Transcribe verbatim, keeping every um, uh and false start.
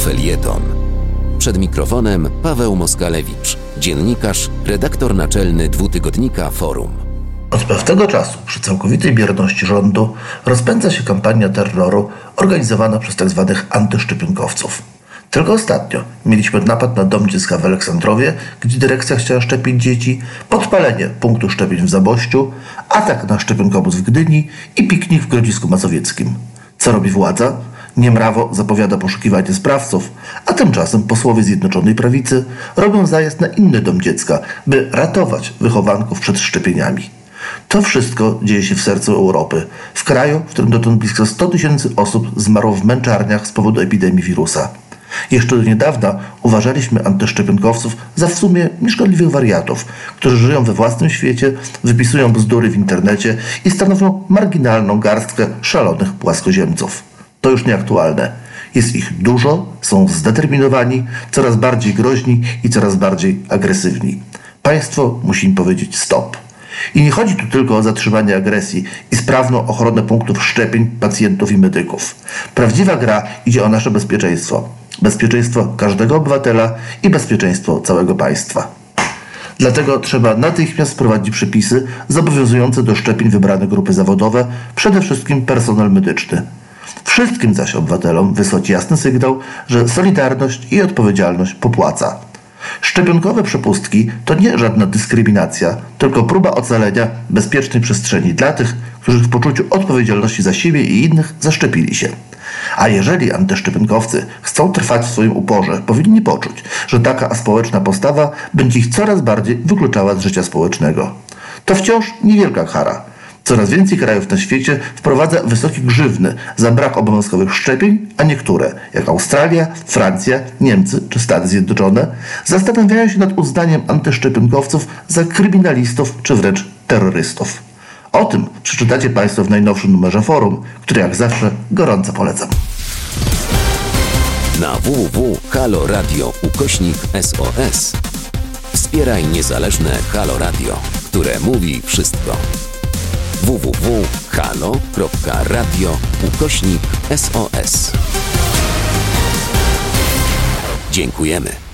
felieton. Przed mikrofonem Paweł Moskalewicz, dziennikarz, redaktor naczelny dwutygodnika Forum. Od pewnego czasu, przy całkowitej bierności rządu, rozpędza się kampania terroru organizowana przez tzw. antyszczepionkowców. Tylko ostatnio mieliśmy napad na dom dziecka w Aleksandrowie, gdzie dyrekcja chciała szczepić dzieci, podpalenie punktu szczepień w Zamościu, atak na szczepionkobóz w Gdyni i piknik w Grodzisku Mazowieckim. Co robi władza? Niemrawo zapowiada poszukiwanie sprawców, a tymczasem posłowie Zjednoczonej Prawicy robią zajazd na inny dom dziecka, by ratować wychowanków przed szczepieniami. To wszystko dzieje się w sercu Europy, w kraju, w którym dotąd blisko sto tysięcy osób zmarło w męczarniach z powodu epidemii wirusa. Jeszcze do niedawna uważaliśmy antyszczepionkowców za w sumie nieszkodliwych wariatów, którzy żyją we własnym świecie, wypisują bzdury w internecie i stanowią marginalną garstkę szalonych płaskoziemców. To już nieaktualne. Jest ich dużo, są zdeterminowani, coraz bardziej groźni i coraz bardziej agresywni. Państwo musi im powiedzieć stop. I nie chodzi tu tylko o zatrzymanie agresji i sprawną ochronę punktów szczepień pacjentów i medyków. Prawdziwa gra idzie o nasze bezpieczeństwo. Bezpieczeństwo każdego obywatela i bezpieczeństwo całego państwa. Dlatego trzeba natychmiast wprowadzić przepisy zobowiązujące do szczepień wybrane grupy zawodowe, przede wszystkim personel medyczny. Wszystkim zaś obywatelom wysłać jasny sygnał, że solidarność i odpowiedzialność popłaca. Szczepionkowe przepustki to nie żadna dyskryminacja, tylko próba ocalenia bezpiecznej przestrzeni dla tych, którzy w poczuciu odpowiedzialności za siebie i innych zaszczepili się. A jeżeli antyszczepionkowcy chcą trwać w swoim uporze, powinni poczuć, że taka aspołeczna postawa będzie ich coraz bardziej wykluczała z życia społecznego. To wciąż niewielka kara. Coraz więcej krajów na świecie wprowadza wysokie grzywny za brak obowiązkowych szczepień, a niektóre, jak Australia, Francja, Niemcy czy Stany Zjednoczone, zastanawiają się nad uznaniem antyszczepionkowców za kryminalistów czy wręcz terrorystów. O tym przeczytacie Państwo w najnowszym numerze Forum, który jak zawsze gorąco polecam. Na w w w kropka halo radio ukośnik S O S wspieraj niezależne Halo Radio, które mówi wszystko. w w w kropka halo kropka radio ukośnik S O S. Dziękujemy.